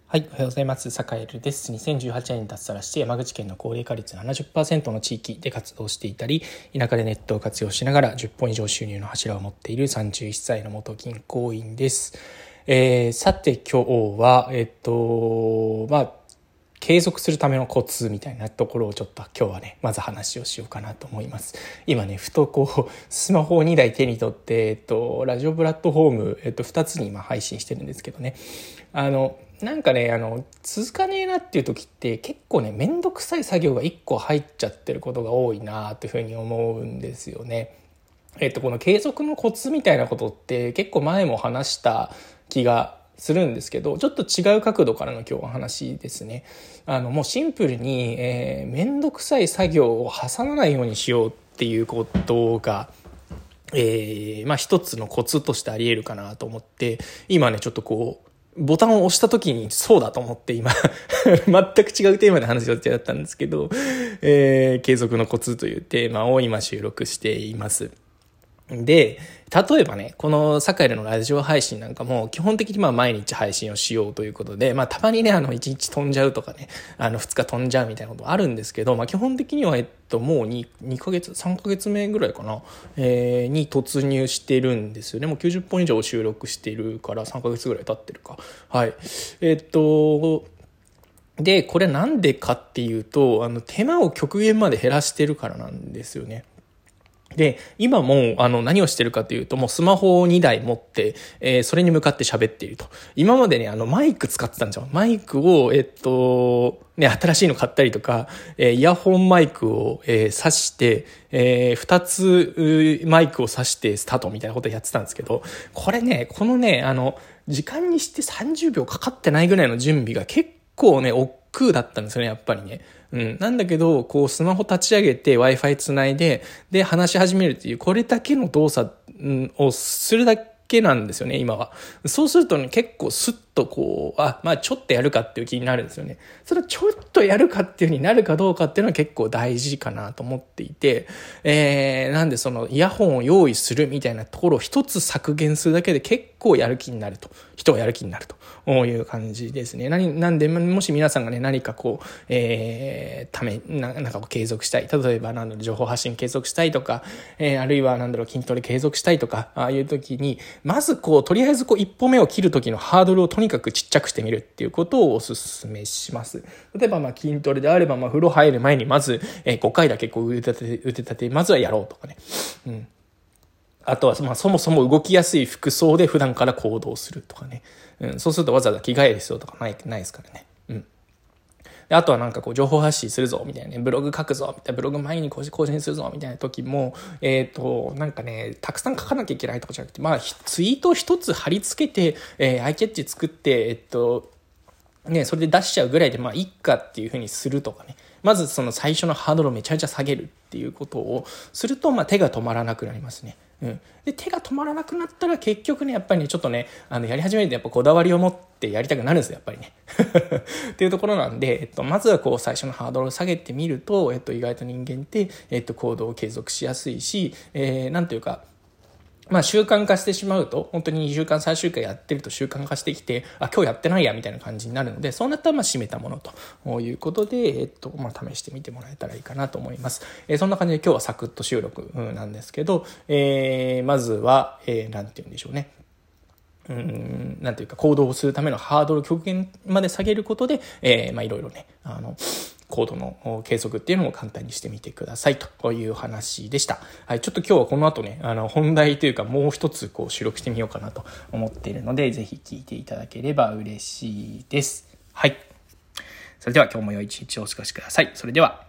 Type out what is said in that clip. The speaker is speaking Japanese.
はい、おはようございます。サカエルです。2018年に脱サラして山口県の高齢化率 70% の地域で活動していたり、田舎でネットを活用しながら10本以上収入の柱を持っている31歳の元銀行員です。さて今日は、継続するためのコツみたいなところをちょっと今日はねまず話をしようかなと思います。今ねふとスマホを2台手に取って、ラジオプラットフォーム、2つに今配信してるんですけどね、なんかね続かねえなっていう時って結構ねめんどくさい作業が1個入っちゃってることが多いなというふうに思うんですよね。この継続のコツみたいなことって結構前も話した気がするんですけど、ちょっと違う角度からの今日は話ですね。もうシンプルに、めんどくさい作業を挟まないようにしようっていうことが、一つのコツとしてあり得るかなと思って、今ねちょっとボタンを押した時にそうだと思って今全く違うテーマで話す予定だったんですけど、継続のコツというテーマを今収録しています。で、例えばね、このサカエルのラジオ配信なんかも基本的に毎日配信をしようということで、たまにね、1日飛んじゃうとかね、2日飛んじゃうみたいなことあるんですけど、基本的には、もう2ヶ月、3ヶ月目ぐらいかな、に突入してるんですよね。もう90本以上収録しているから3ヶ月ぐらい経ってるか。はい。で、これなんでかっていうと、手間を極限まで減らしてるからなんですよね。で、今も何をしてるかというと、もうスマホを2台持って、それに向かって喋っていると。今までね、マイク使ってたんですよ。マイクを、新しいの買ったりとか、イヤホンマイクを、挿して、2つマイクを挿してスタートみたいなことをやってたんですけど、この時間にして30秒かかってないぐらいの準備が結構ね、億劫だったんですよね、やっぱりね。なんだけど、スマホ立ち上げて Wi-Fi つないで、話し始めるっていう、これだけの動作をするだけなんですよね、今は。そうするとね、結構スッとちょっとやるかっていう気になるんですよね。それちょっとやるかっていう風になるかどうかっていうのは結構大事かなと思っていて、なんでそのイヤホンを用意するみたいなところを一つ削減するだけで結構やる気になると。人がやる気になるという感じですね。なんで、もし皆さんがね、何か継続したい。例えば、情報発信継続したいとか、あるいは、筋トレ継続したいとか、ああいう時に、まずとりあえず一歩目を切る時のハードルをとにかくちっちゃくしてみるっていうことをお勧めします。例えば、筋トレであれば、風呂入る前にまず、5回だけ腕立て、まずはやろうとかね。あとは、そもそも動きやすい服装で普段から行動するとかね。そうするとわざわざ着替える必要とかないですからね。であとは情報発信するぞみたいなね、ブログ書くぞみたいな、ブログ前に更新するぞみたいな時も、たくさん書かなきゃいけないとかじゃなくて、ツイート一つ貼り付けて、アイキャッチ作って、それで出しちゃうぐらいで、いっかっていう風にするとかね。まずその最初のハードルをめちゃめちゃ下げるっていうことをすると、手が止まらなくなりますね。で、手が止まらなくなったら結局ね、やっぱりね、ちょっとね、やり始めるとやっぱこだわりを持ってやりたくなるんですよ、やっぱりね。っていうところなんで、まずは最初のハードルを下げてみると、意外と人間って、行動を継続しやすいし、なんというか、習慣化してしまうと、本当に2週間、3週間やってると習慣化してきて、今日やってないや、みたいな感じになるので、そうなったら締めたものということで、試してみてもらえたらいいかなと思います。そんな感じで今日はサクッと収録なんですけど、まずは、なんて言うんでしょうね。なんていうか行動をするためのハードルを極限まで下げることで、いろいろね、行動の継続っていうのも簡単にしてみてくださいという話でした。はい。ちょっと今日はこの後ね、本題というかもう一つ収録してみようかなと思っているので、ぜひ聞いていただければ嬉しいです。はい。それでは今日も良い一日をお過ごしください。それでは。